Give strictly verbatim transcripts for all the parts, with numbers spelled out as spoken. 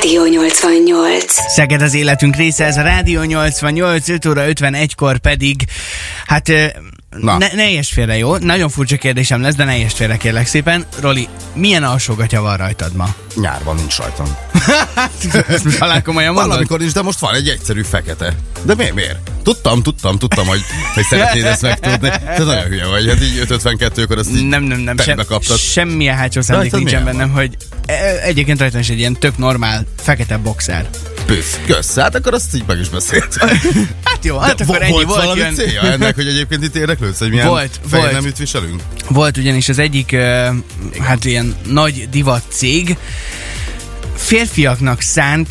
Rádió nyolcvannyolc. Szeged az életünk része, ez a Rádió nyolcvannyolc, öt óra ötvenegykor pedig, hát ne, ne értsd félre, jó? Nagyon furcsa kérdésem lesz, de ne értsd félre, kérlek szépen. Roli, milyen alsógatya van rajtad ma? Nyárban nincs rajtam. Ezt talán komolyan mondod? Valamikor is, de most van egy egyszerű fekete. De miért? miért? Tudtam, tudtam, tudtam, hogy, hogy szeretnéd ezt megtudni. Te nagyon hülye vagy, hát így öt ötvenkettőkor azt így nem, nem, nem, sem, kaptad. Semmilyen hátsó szándék nincsen bennem, hogy egyébként rajtam is egy ilyen tök normál fekete boxer. Püsz, kösz, hát akkor azt így meg is beszélt. Hát jó, hát de akkor ennyi volt. Volt valami jön... célja ennek, hogy egyébként itt érdeklődsz, hogy milyen volt, fehér volt. neműt viselünk? Volt ugyanis az egyik, uh, hát ilyen nagy divat cég férfiaknak szánt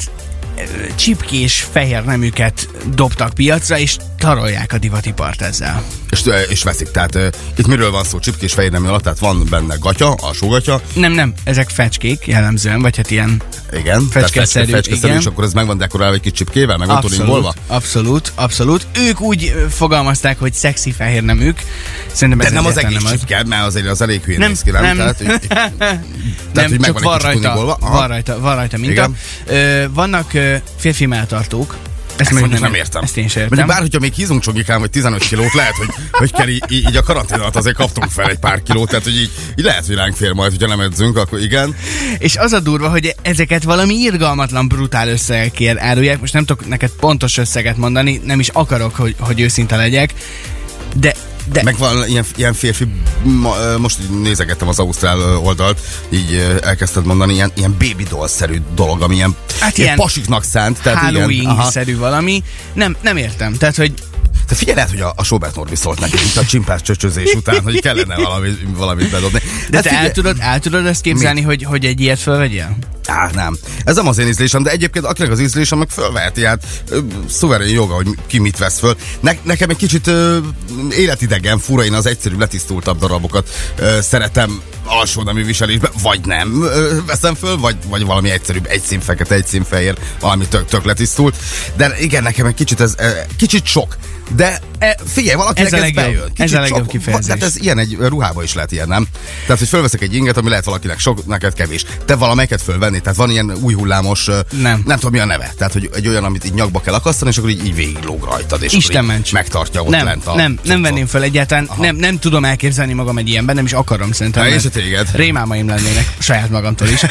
csipkés fehér neműket dobtak piacra, és tarolják a divatipart ezzel. És, és veszik, tehát uh, itt miről van szó? Csipkés fehér nemű alatt, tehát van benne gatya, alsógatya. Nem, nem, ezek fecskék jellemzően, vagy hát ilyen igen, fecskeszerű, fecskeszerű, és akkor ez meg van dekorálva egy kis csipkével, meg van tuningolva? Abszolút, abszolút. Ők úgy fogalmazták, hogy szexi fehér neműk. Szerintem de ez nem az egész nem csipke, mert azért az elég hülyén nem, néz ki, nem? Nem, tehát, hogy, tehát, nem hogy csak van rajta, van rajta, van rajta minta. Ö, vannak ö, férfi melltartók. Ezt, ezt nem, nem értem. Ezt én sem értem. Mondjuk bár, hogyha még hízunk csongikám, vagy tizenöt kilót, lehet, hogy, hogy kell így, így a karantén alatt azért kaptunk fel egy pár kilót, tehát hogy így, így lehet, hogy ránk fér majd, hogyha nem edzünk, akkor igen. És az a durva, hogy ezeket valami irgalmatlan, brutál összegekért árulják. Most nem tudok neked pontos összeget mondani, nem is akarok, hogy, hogy őszinte legyek, de De. Meg van ilyen, ilyen férfi, ma, most nézegettem az ausztrál oldalt, így elkezdted mondani, ilyen, ilyen baby doll-szerű dolog, ami ilyen, hát ilyen pasiknak szánt. Halloween-szerű valami. Nem, nem értem. Tehát, hogy te figyelj, lehet, hogy a, a Sobert Norbi szólt neki, mint a csimpás csöcsözés után, hogy kellene valami, valamit bedobni. De, de te el tudod, el tudod ezt képzelni, hogy, hogy egy ilyet fölvegyél? Á, nem. Ez nem az én ízlésem, de egyébként akinek az ízlésem meg fölveheti, hát ö, szuverén joga, hogy ki mit vesz föl. Ne, nekem egy kicsit ö, életidegen, fura, én az egyszerűbb, letisztultabb darabokat ö, szeretem alsó nemű viselésbe, vagy nem ö, veszem föl, vagy, vagy valami egyszerűbb, egy szín fekete, egy szín fehér, valami tök, tök letisztult. De igen, nekem egy kicsit ez, ö, kicsit sok. De e, figyelj, valakinek ez, ez bejön. Ez a legjobb kifejezés. Tehát ez ilyen egy ruhába is lehet ilyen, nem? Tehát, hogy fölveszek egy inget, ami lehet valakinek sok, neked kevés. Te valamelyiket fölvenni, tehát van ilyen új hullámos, nem, nem tudom mi a neve. Tehát, hogy egy olyan, amit így nyakba kell akasztani, és akkor így, így végiglóg rajtad, és Isten ments. Megtartja ott nem, lent a... Nem, nem venném föl egyáltalán, nem, nem tudom elképzelni magam egy ilyenben, nem is akarom szerintem. És a téged. Rémálmaim lennének, saját magamtól is.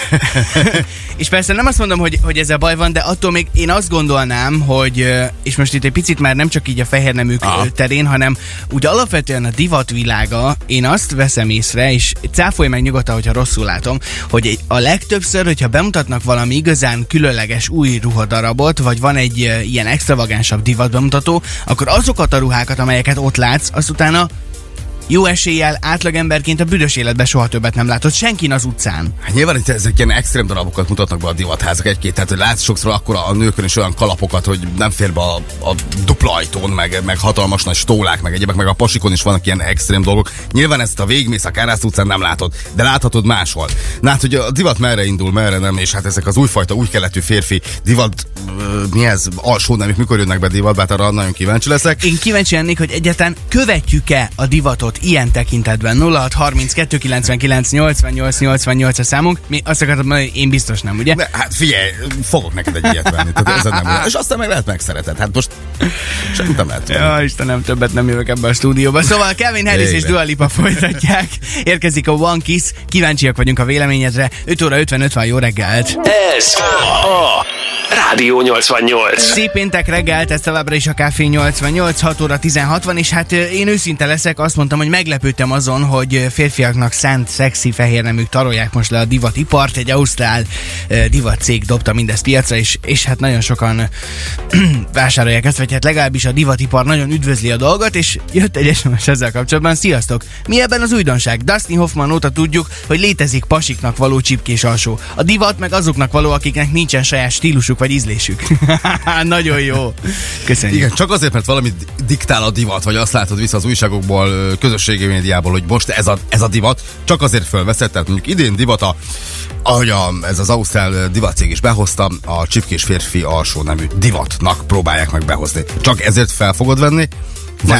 És persze nem azt mondom, hogy, hogy ezzel baj van, de attól még én azt gondolnám, hogy, és most itt egy picit már nem csak így a fehér neműk terén, hanem úgy alapvetően a divatvilága, én azt veszem észre, és cáfolj meg nyugodtan, hogyha rosszul látom, hogy a legtöbbször, hogyha bemutatnak valami igazán különleges új ruhadarabot, vagy van egy uh, ilyen extravagánsabb divatbemutató, akkor azokat a ruhákat, amelyeket ott látsz, azt utána jó eséllyel átlagemberként a büdös életben soha többet nem látott senkin az utcán. Hát nyilván itt ezek ilyen extrém darabokat mutatnak be a divatházak egy-két, tehát hogy látsz sokszor akkor a nőkön is olyan kalapokat, hogy nem fér be a, a dupla ajtón, meg, meg hatalmas nagy stólák, meg egyébek, meg a pasikon is vannak ilyen extrém dolgok. Nyilván ezt a végmész a Kárász utcán nem látod, de láthatod máshol. Lát, hogy a divat merre indul, merre nem, és hát ezek az újfajta, új keletű férfi divat, mi ez, alsó neműk, mikor jönnek be divatba, hát arra nagyon kíváncsi leszek. Én kíváncsi lennék, hogy egyáltalán követjük-e a divatot ilyen tekintetben. Nulla hat harminckettő kilencvenkilenc nyolcvannyolc nyolcvannyolc a számunk. Mi azt akartam mondani, hogy én biztos nem, ugye? De, hát figyelj, fogok neked egy ilyet venni. Tehát ez nem olyan. És aztán meg lehet megszereted. Hát most semmit nem lehet venni. Ja, Istenem, többet nem jövök ebbe a stúdióba. Szóval Calvin Harris és Dua Lipa folytatják. Érkezik a One Kiss. Kíváncsiak vagyunk a véleményedre. öt óra ötvenöt van, jó reggelt. Ez a Rádió nyolcvannyolc. Szép péntek reggelt, ez továbbra is a Café nyolcvannyolc, hat óra tizenhat van, és hát én őszinte leszek, azt mondtam, hogy meglepődtem azon, hogy férfiaknak szánt szexi fehér neműk tarolják most le a divatipart. Egy ausztrál uh, divat cég dobta mindezt piacra, és, és hát nagyon sokan vásárolják ezt, vagy hát legalábbis a divatipar nagyon üdvözli a dolgot, és jött egy es em es ezzel kapcsolatban. Sziasztok! Mi ebben az újdonság? Dustin Hoffman óta tudjuk, hogy létezik pasiknak való csipkés alsó. A divat meg azoknak való, akiknek nincsen saját stílusuk vagy ízlésük. Nagyon jó. Köszönjük. Igen, csak azért, mert valamit diktál a divat, vagy azt látod vissza az újságokból, közösségi médiából, hogy most ez a, ez a divat, csak azért fölveszed, tehát mondjuk idén divata, ahogy a, ez az ausztrál divatcég is behozta, a csipkés férfi alsó nemű divatnak próbálják meg behozni. Csak ezért fel fogod venni? Vagy nem? nem.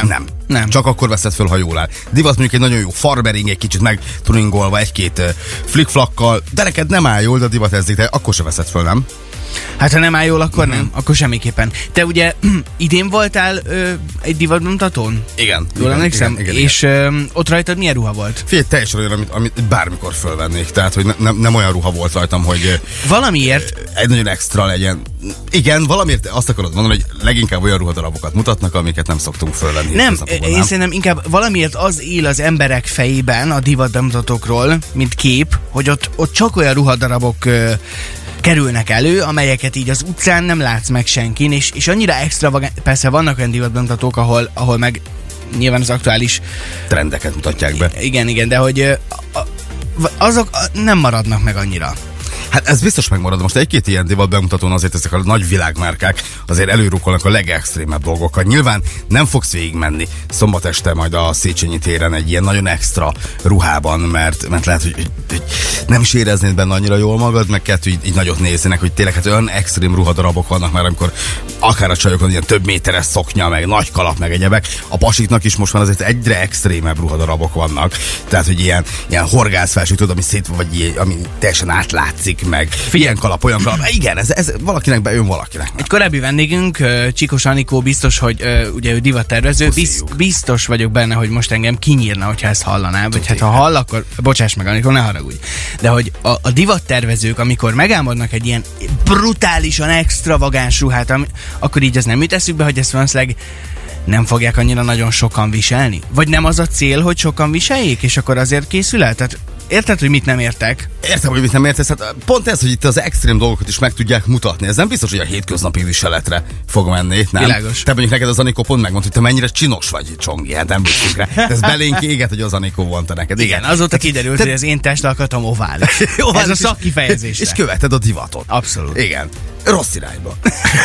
Nem. Csak akkor veszed föl, ha jól áll. Divat mondjuk egy nagyon jó farmering, egy kicsit meg tuningolva, egy-két uh, flickflakkal, de neked nem áll jól, de a divat ezzik, de akkor se veszed föl, nem? Hát ha nem áll jól, akkor Mhm. nem, akkor semmiképpen. Te ugye idén voltál ö, egy divatbemutatón? Igen. Jól igen, emlékszem? igen, igen, És ö, ott rajtad milyen ruha volt? Figyelj, teljesen olyan, amit, amit bármikor fölvennék. Tehát, hogy ne, nem, nem olyan ruha volt rajtam, hogy Valamiért, egy nagyon extra legyen. Igen, valamiért azt akarod mondani, hogy leginkább olyan ruhadarabokat mutatnak, amiket nem szoktunk fölvenni. nem, hétköznapokban, én szerintem inkább valamiért az él az emberek fejében a divatbemutatókról, mint kép, hogy ott, ott csak olyan ruhadarabok ö, kerülnek elő, amelyeket így az utcán nem látsz meg senkin, és, és annyira extravagáns, persze vannak olyan divatbemutatók, ahol, ahol meg nyilván az aktuális, Trendeket mutatják be. igen, igen, de hogy ö, a, a, azok nem maradnak meg annyira. Hát ez biztos megmarad. Most egy-két ilyen divat bemutatón azért ezek a nagy világmárkák azért előrukolnak a legextrémebb dolgokat. Nyilván nem fogsz végigmenni szombat este majd a Széchenyi téren egy ilyen nagyon extra ruhában, mert, mert lehet, hogy, hogy, hogy nem is éreznéd benne annyira jól magad, meg kettő így, így nagyot néznének, hogy tényleg hát olyan extrém ruhadarabok vannak már, amikor akár a csajokon ilyen több méteres szoknya, meg nagy kalap, meg egyebek. A pasiknak is most már azért egyre extrémebb ruhadarabok vannak. Tehát, hogy ilyen, ilyen horgászfelső, tudod, ami szét, vagy ilyen, ami teljesen átlátszik, meg ilyen kalap, olyan kalap. Igen, ez, ez valakinek bejön, valakinek nem. Egy korábbi vendégünk, ö, Csikos Anikó, biztos, hogy ö, ugye ő divattervező, biz, Puszíjuk. biztos vagyok benne, hogy most engem kinyírna, hogyha ezt hallaná, vagy hát ha hall, akkor bocsáss meg, Anikó, ne haragudj. De hogy a, a divattervezők, amikor megálmodnak egy ilyen brutálisan extravagáns ruhát, ami, akkor így az nem jut eszükbe, hogy ezt valószínűleg nem fogják annyira nagyon sokan viselni? Vagy nem az a cél, hogy sokan viseljék, és akkor azért készül el? Tehát érted, hogy mit nem értek? Értem, hogy mit nem értesz, hát pont ez, hogy itt az extrém dolgokat is meg tudják mutatni. Ez nem biztos, hogy a hétköznapi viseletre fog menni, nem? Világos. Te mondjuk neked az Anikó pont megmondta, hogy te mennyire csinos vagy, Csongi, hát nem büszkék rá. De ez belénk éget, hogy az Anikó mondta neked. Igen, azóta kiderült, te- hogy az én testalkatom ovális. Ez a szakkifejezés. És követed a divatot. Abszolút. Igen. Rossz irányba.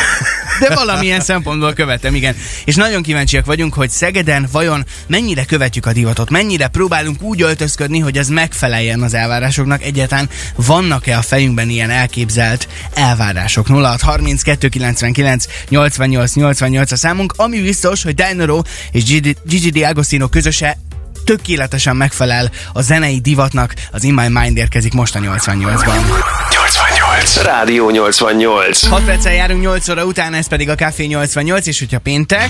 De valamilyen szempontból követem, igen. És nagyon kíváncsiak vagyunk, hogy Szegeden vajon mennyire követjük a divatot, mennyire próbálunk úgy öltözködni, hogy ez megfeleljen az elvárásoknak. Egyáltalán vannak-e a fejünkben ilyen elképzelt elvárások? nulla hat harminckettő kilencvenkilenc nyolcvannyolc nyolcvannyolc a számunk, ami biztos, hogy Dinero és Gigi Gigi D'Agostino közöse tökéletesen megfelel a zenei divatnak. Az In My Mind érkezik most a nyolcvannyolcban. nyolcvannyolc. Rádió nyolcvannyolc. hat perccel járunk nyolc óra után, ez pedig a Café nyolcvannyolc, és hogyha péntek...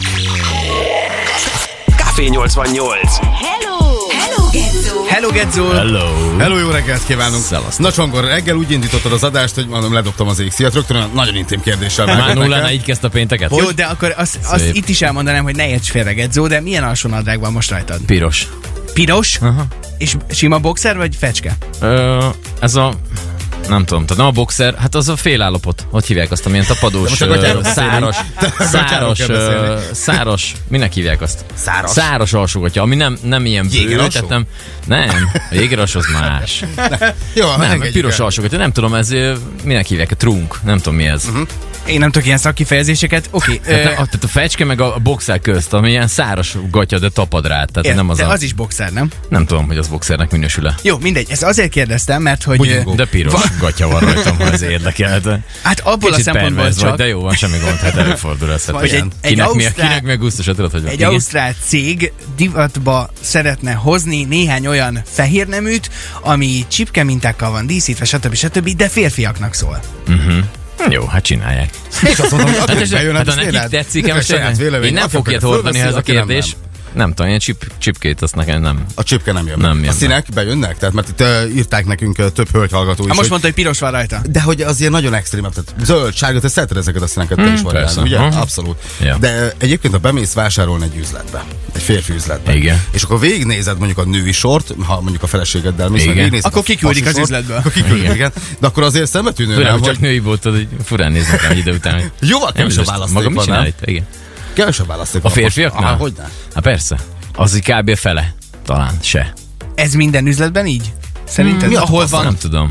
Café nyolcvannyolc. Hello! Hello, Gezzó! Hello, Gezzó! Hello! Hello, jó reggelt kívánunk! Szevasztok. Na Csongor, reggel úgy indítottad az adást, hogy mondom, ledobtam az égszíjat, rögtön olyan nagyon intim kérdéssel Már vágott nullánál nekem. így kezdte a pénteket? Jó, de akkor azt, azt Szép. itt is elmondanám, hogy ne érts félre, Gezzó, de milyen alsónadrág van most rajtad? Piros. Piros? Aha. És sima boxer vagy fecske? Ö, ez a... Nem tudom, tehát nem a boxer, hát az a félállapot. Hogy hívják azt, amilyen tapadós, most a gatyáról ö, beszélni. száros, gatyáról száros, kell beszélni. ö, száros, minek hívják azt? Száros. Száros alsógatya, ami nem, nem ilyen bő, Jégeralsó? tehát nem, nem, a jégeras az más. Jó, Nem, engedjük piros el. alsógatya, nem tudom, ez ö, minek hívják, a trunk, nem tudom mi ez. Uh-huh. Én nem tudok ilyen szakkifejezéseket. Oké, okay, Tehát, a, tehát a fecske meg a boxer közt, ami ilyen száros gatya, de tapad rá. Tehát nem az, de a, az is boxer, nem? nem tudom, hogy az boxernek minősül-e. Jó, mindegy, ezt azért kérdeztem, mert hogy... Bugyingó. De piros gatya van rajtam, ha ez érdekelte. Hát abból Kicsit a szempontból perverz csak... vagy, de jó van, semmi gond, hát előfordul ez. Hát Hogy egy- kinek, egy kinek, mi, ausztrál- kinek mi a gusztusa, tudod, hogy van? Egy Igen? ausztrál cég divatba szeretne hozni néhány olyan fehérneműt, ami csipke mintákkal van díszítve, stb. stb., de férfiaknak szól. Jó, hát csinálják. És azt mondom, hogy Hát, akkor és, bejön, hát ha ezt nekik miért lehet? tetszik, Neked most saját vélemény. én nem Aki fogok ilyet akarja hordani, ha ez a fölveszi, aki nem, kérdés. Nem tudom, ilyen csip, csipkét, azt nekem nem. A csipke nem jön. Nem meg. jön A színek bejönnek? Tehát mert itt uh, írták nekünk uh, több hölgyhallgató is, Ha most hogy, mondta, hogy piros van rajta. de hogy az ilyen nagyon extrém, tehát zöld, sárga, te szereted ezeket a színeket, te is variálni, persze. ugye? Aha. Abszolút. Ja. De uh, egyébként, ha bemész vásárolni egy üzletbe, egy férfi üzletbe, Igen. és akkor végignézed mondjuk a női sort, ha mondjuk a feleségeddel mész, meg Igen. végignézed Akkor a kiküldik pasi az sort, üzletből. Akkor kiküldik, Igen. igen. De akkor azért szembetűnő, Főleg, nem, hogy hogy csak női volt, hogy furán néznek rá egy idő után. hogy jóval nem kevesebb is ezt- választék Maga mit van, csinál nem? itt? Igen. Kevesebb választék A van. férfiaknál? Aha, hogyne? Hát persze. Az így kb. Fele. Talán se. Ez minden üzletben így? Szerinted? Mi a Ahol tapasztalat? van? Nem tudom.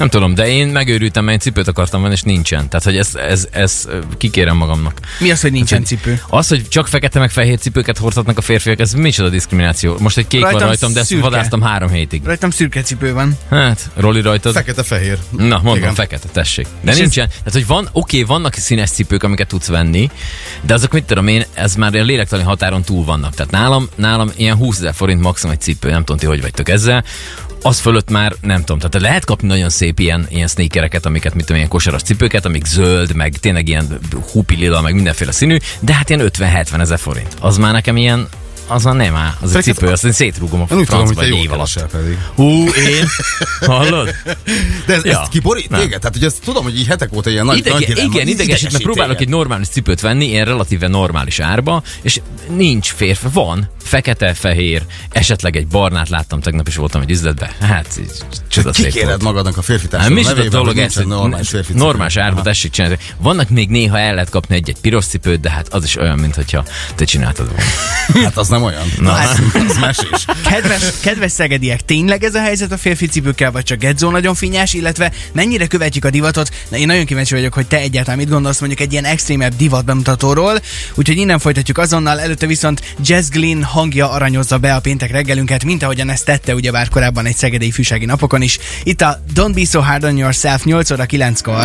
Nem tudom, de én megőrültem, mert én cipőt akartam venni, és nincsen. Tehát, hogy ezt ez, ez, kikérem magamnak. Mi az, hogy nincsen Hát, cipő? Az, hogy csak fekete meg fehér cipőket hordhatnak a férfiak, ez micsoda diszkrimináció. Most egy kék Rajtam van rajtam, de ezt szürke. vadáztam három hétig. Rajtam szürke cipő van. Hát, Roli rajtad. Fekete-fehér. Na, mondom, Igen. fekete, tessék. De És nincsen. Tehát, hogy van, oké, vannak színes cipők, amiket tudsz venni, de azok, mit tudom én, ez már a lélektani határon túl vannak. Tehát nálam, nálam ilyen húszezer forint maximum egy cipő, nem tudom ti, hogy vagytok ezzel. Az fölött már nem tudom. Tehát lehet kapni nagyon szép ilyen, ilyen sneakereket, amiket, mit tudom, ilyen kosaras cipőket, amik zöld, meg tényleg ilyen hupi lila, meg mindenféle színű, de hát ilyen ötven-hetven ezer forint. Az már nekem ilyen, az már nem áll. Az egy Szerintem- cipő, azt én szétrúgom a Én úgy tudom, hogy francba te egy jól év alatt. keresel pedig. Hú, én? Hallod? De ez, Ja. ez kiborít Nem. téged? Tehát, hogy ezt tudom, hogy így hetek óta ilyen nagy, Idege, nagy dilemma. igen, Így idegesít, mert próbálok téged. egy normális cipőt venni, ilyen relatíve normális árba, és nincs férfi. Van, fekete, fehér, esetleg egy barnát láttam, tegnap is voltam egy üzletben. Hát, így csoda szép Kikéred volt. magadnak a férfi Hát, társadalom mi is a nevében, dolog hogy ez, nincsen hogy normális férfi cipő. normális árba Aha. tessék csinálni. Vannak még néha el lehet kapni egy-egy piros cipőt, de hát az is olyan, mintha te csináltad volna. Hát az nem olyan. Na. Az, az mesés. Kedves, kedves szegediek, tényleg ez a helyzet a férfi cipőkkel, vagy csak Gedzó nagyon finnyás, illetve mennyire követjük a divatot? Na, én nagyon kíváncsi vagyok, hogy te egyáltalán mit gondolsz mondjuk egy ilyen extrémebb divat bemutatóról, úgyhogy innen folytatjuk azonnal, előtte viszont Jazz Glynn hangja aranyozza be a péntek reggelünket, mint ahogyan ezt tette ugyebár korábban egy szegedei fűsági napokon is. Itt a Don't Be So Hard On Yourself nyolc óra kilenckor.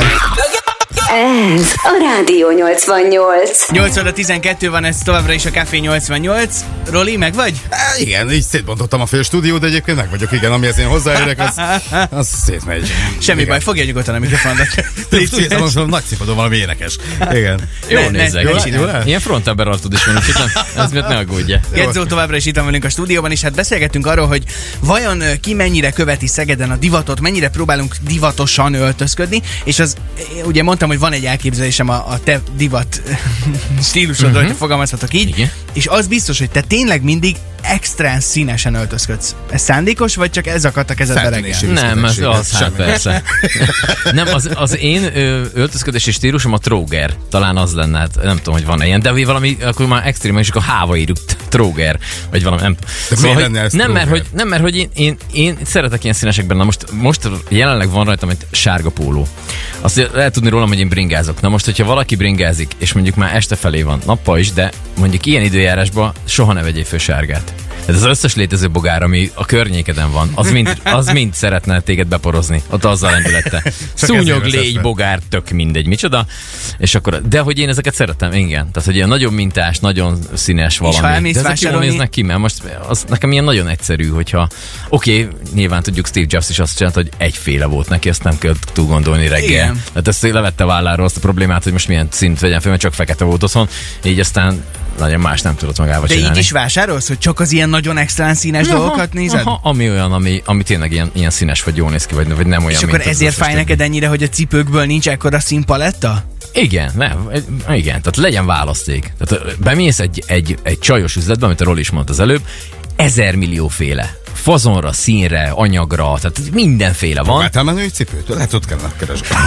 Ez a Rádió nyolcvannyolc. nyolc óra tizenkettő van, ez továbbra is a Café nyolcvannyolc. Roli, meg vagy? Há, igen, így szétbontottam a fél stúdiót, de egyébként meg vagyok, igen, amihez én hozzáérek, az, az szétmegy. Semmi Igen. baj, fogja nyugodtan a mikrofonodat. Légy szíves, most nagy színpadon valami énekes. Igen. Jó Ne- ne- nézzek. ne Jól- csinálj. jól áll? Ilyen frontember arcod is van, úgyhogy nem- ez miért ne aggódja. Gedzó továbbra is itt van velünk a stúdióban, és hát beszélgettünk arról, hogy vajon ö, ki mennyire követi Szegeden a divatot, mennyire próbálunk divatosan öltözködni, és az, eh, ugye mondtam, hogy van egy elképzelésem a, a te divat stílusodról, uh-huh. hogy te fogalmazhatok így, Igen. és az biztos, hogy te tényleg mindig extrán színesen öltözködsz. Ez szándékos, vagy csak ez akadt a kezedbe reggel? Feltűnési Nem, az, viszketegség, az hát semmi. persze. Nem, az, az én ö, öltözködési stílusom a tróger. Talán az lenne, hát nem tudom, hogy van ilyen, de valami, akkor már extrém, és akkor háva írjuk tróger, vagy valami, nem. miért hogy lenne ez nem, mert tróger? hogy, nem, mert hogy én, én, én szeretek ilyen színesekben. Na most, most jelenleg van rajtam egy sárga póló. Azt lehet tudni rólam, hogy én bringázok. Na most, hogyha valaki bringázik, és mondjuk már este felé van, nappal is, de mondjuk ilyen időjárásban soha ne vegyél föl sárgát. Tehát az összes létező bogár, ami a környékeden van, az mind, az mind szeretne téged beporozni. Ott azzal lendülette. Szúnyog, ezért légy, veszed. bogár, tök mindegy, micsoda. És akkor, de hogy én ezeket szeretem, igen. Tehát, hogy ilyen nagyon mintás, nagyon színes valami. ha elmész de ezek jól vásárolni- néznek ki, mert most az nekem ilyen nagyon egyszerű, hogyha oké, okay, nyilván tudjuk, Steve Jobs is azt csinálta, hogy egyféle volt neki, ezt nem kell túl gondolni reggel. Igen. Tehát ezt levette válláról azt a problémát, hogy most milyen szint vegyen fel, mert csak fekete volt otthon, így aztán nagyon más nem tudott magába De csinálni. így is vásárolsz, hogy csak az ilyen nagyon extrán színes dolgokat nézed? Aha, ami olyan, ami, ami tényleg ilyen, ilyen színes, vagy jól néz ki, vagy, vagy nem olyan, És akkor mint az ezért összes fáj többi. neked ennyire, hogy a cipőkből nincs ekkora színpaletta? Igen, nem, egy- igen, tehát legyen választék. Tehát ö, bemész egy, egy, egy csajos üzletbe, amit a Roli is mondta az előbb, ezer millió féle. Fazonra, színre, anyagra, tehát mindenféle van. Próbáltál menői cipőt? Lehet, ott kellene keresni.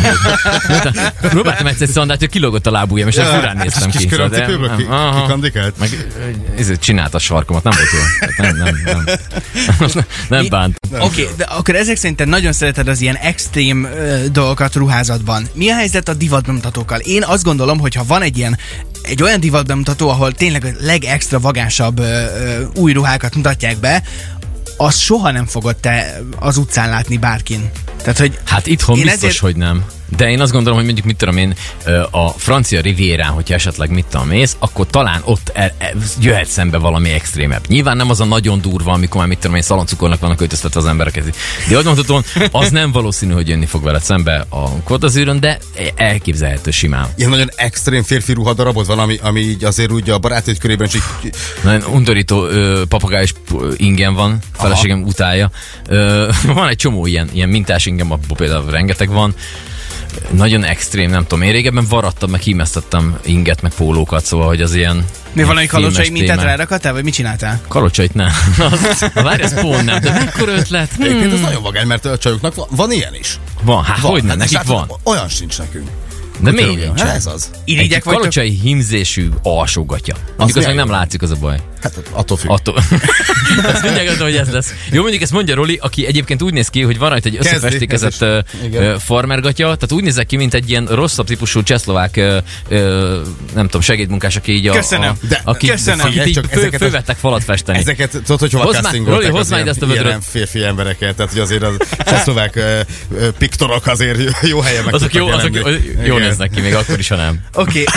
Próbáltam egyszer szandát, hogy kilógott a lábujjam, és Ja, furán néztem kis ki. köröm Szóval, de- cipőből ki- aha. kikandikált? Meg ö, ezért csinálta a sarkomat, nem volt jó. Tehát Nem, nem, nem. Nem bánt. Oké, okay, de akkor ezek szerint te nagyon szereted az ilyen extrém ö, dolgokat ruházatban. Mi a helyzet a divatbemutatókkal? Én azt gondolom, hogy ha van egy ilyen egy olyan divatbemutató, ahol tényleg a legextravagánsabb ö, ö, új ruhákat mutatják be, azt soha nem fogod te az utcán látni bárkin. Tehát, hogy Hát itthon Én biztos, ezért- hogy nem. De én azt gondolom, hogy mondjuk mit tudom én, ö, a francia rivierán, hogyha esetleg mit tudom mész, akkor talán ott el, el, jöhet szembe valami extrémebb. Nyilván nem az a nagyon durva, amikor már mit tudom én, szaloncukornak vannak öltöztetve az emberek. De hogy mondhatom, az nem valószínű, hogy jönni fog veled szembe a Côte d'Azúron, de elképzelhető simán. Ilyen nagyon extrém férfi ruhadarabot van, ami, ami így azért úgy a barátod körében is így... Nagyon undorító ö, papagájos p- ingem van, feleségem utálja. Ö, van egy csomó ilyen, ilyen mintás ingem, abból például rengeteg van. Nagyon extrém, nem tudom. Én régebben varadtam, meg hímeztettem inget, meg pólókat, szóval, hogy az ilyen... mi ilyen valami kalocsai filmes mintát témák. rárakatál, vagy mit csináltál? Kalocsait nem. Az- Várj, ez pont nem, de mekkora ötlet? Egyébként Hmm. az nagyon vagány, mert a csajoknak van, van ilyen is. Van, hát hogy nem, Hát, nekik látod, van. Olyan sincs nekünk. De miért Hát nincs? ez az. Irigyek Egy vagytok? kalocsai hímzésű alsógatja. Mondjuk az milyen meg nem jó. látszik, az a baj. Hát attól függ. Attól. Ezt mindjárt gondolom, hogy ez lesz. Jó, mondjuk ezt mondja Roli, aki egyébként úgy néz ki, hogy van rajta egy összefestékezett uh, farmergatya, tehát úgy nézek ki, mint egy ilyen rosszabb típusú csehszlovák uh, uh, nem tudom, segédmunkás, aki így a... Köszönöm. A, De, aki, köszönöm. Akit így Csak fő, ezeket fővettek falat festeni. Ezeket, tudod, hogy hova castingolták Roli, az hozd ezt a ilyen, ilyen vödröt. férfi embereket, tehát hogy azért az csehszlovák uh, piktorok azért jó helyen meg Azok jó, azok jó, jó Igen. néznek ki, még akkor is, ha nem. Oké. Okay.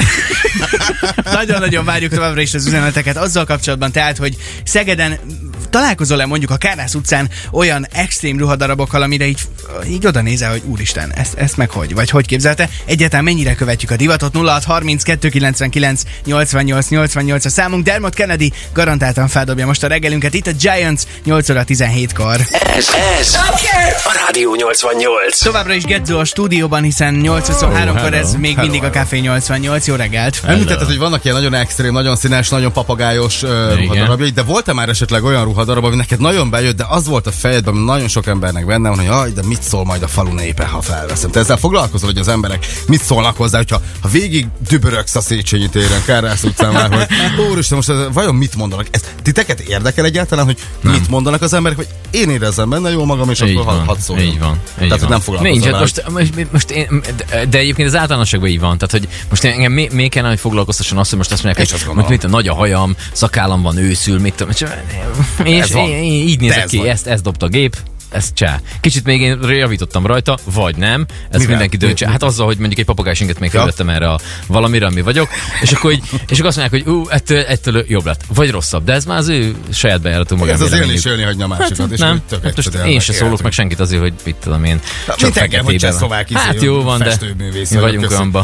Nagyon-nagyon várjuk továbbra is az üzeneteket azzal kapcsolatban, tehát, hogy Szegeden találkozol-e mondjuk a Kárház utcán olyan extrém ruhadarabokkal, amire így, így oda nézel, hogy úristen, ezt, ezt meg hogy? Vagy hogy képzelte? Egyáltalán mennyire követjük a divatot? nulla hat harminckettő kilencvenkilenc nyolcvannyolc nyolcvannyolc a számunk. Dermot Kennedy garantáltan feldobja most a reggelünket. Itt a Giants nyolc óra tizenhétkor. Ez, ez a Rádió nyolcvannyolc. Továbbra is Gedzo a stúdióban, hiszen nyolc huszonháromkor ez még hello, mindig a Café nyolcvannyolc. Jó reggelt! Említetted, hogy vannak ilyen nagyon extrém, nagyon színes, nagyon papagájos uh, ruhadarabjai, de volt-e már esetleg olyan ruhadarab, ami neked nagyon bejött, de az volt a fejedben, ami nagyon sok embernek benne van, hogy jaj, de mit szól majd a falu népe, ha felveszem. Te ezzel foglalkozol, hogy az emberek mit szólnak hozzá, hogyha ha végig dübörögsz a Széchenyi téren, Kárház utcán már, hogy úristen, most ez, vajon mit mondanak? Ez titeket érdekel egyáltalán, hogy nem. mit mondanak az emberek, hogy én érezzem benne jól magam, és így akkor van, hadd szóljon. Így van. Így Tehát, van. nem foglalkozol. Nincs, hát most, most, most én, de, de egyébként az általánosságban így van. Tehát, hogy most engem még, még kellene, hogy foglalkoztasson azt, hogy most azt mondják, hogy most mit, nagy a hajam, szakállam van, őszül, mit tudom. És én, én, így nézek ki, ezt, ezt dobt a gép. Ez csá. Kicsit még én javítottam rajta, vagy nem. Ez Mivel? mindenki döntse. Hát azzal, hogy mondjuk egy papagájsinket még felvettem erre a valamire, ami vagyok, és akkor, így, és akkor azt mondják, hogy ú, ettől, ettől jobb lett, vagy rosszabb. De ez már az ő saját bejáratú magam. Ez az élni is élni hagyna a másikat. Hát, és nem, tök hát most egyszerűen én se szólok értem. meg senkit azért, hogy mit tudom én. Mint engem, hogy csehszlovák izé, Hát jó van, de festőművész mi vagyok, vagyunk köszi. olyanba.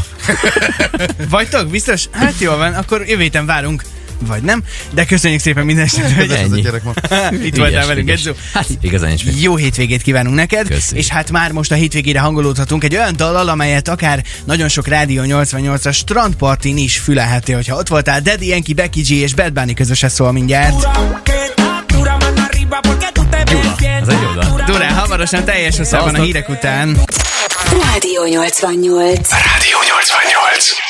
Vagytok? Biztos? Hát jól van, akkor jövő héten várunk. Vagy nem, de köszönjük szépen minden esetre, hogy Ez a Ennyi. gyerek ma. itt voltál velünk, Gedzo. Hát igazán nincs mit. Jó hétvégét kívánunk neked, Köszi. és hát már most a hétvégére hangolódhatunk egy olyan dallal, amelyet akár nagyon sok Rádió nyolcvannyolcas strandpartin is fülelhető, hogyha ott voltál. Daddy Yankee, Becky G és Bad Bunny közösen szól mindjárt. Gyula, ez egy jó dal. Durán, hamarosan teljes hosszában a hírek után. Rádió nyolcvannyolc. Rádió nyolcvannyolc.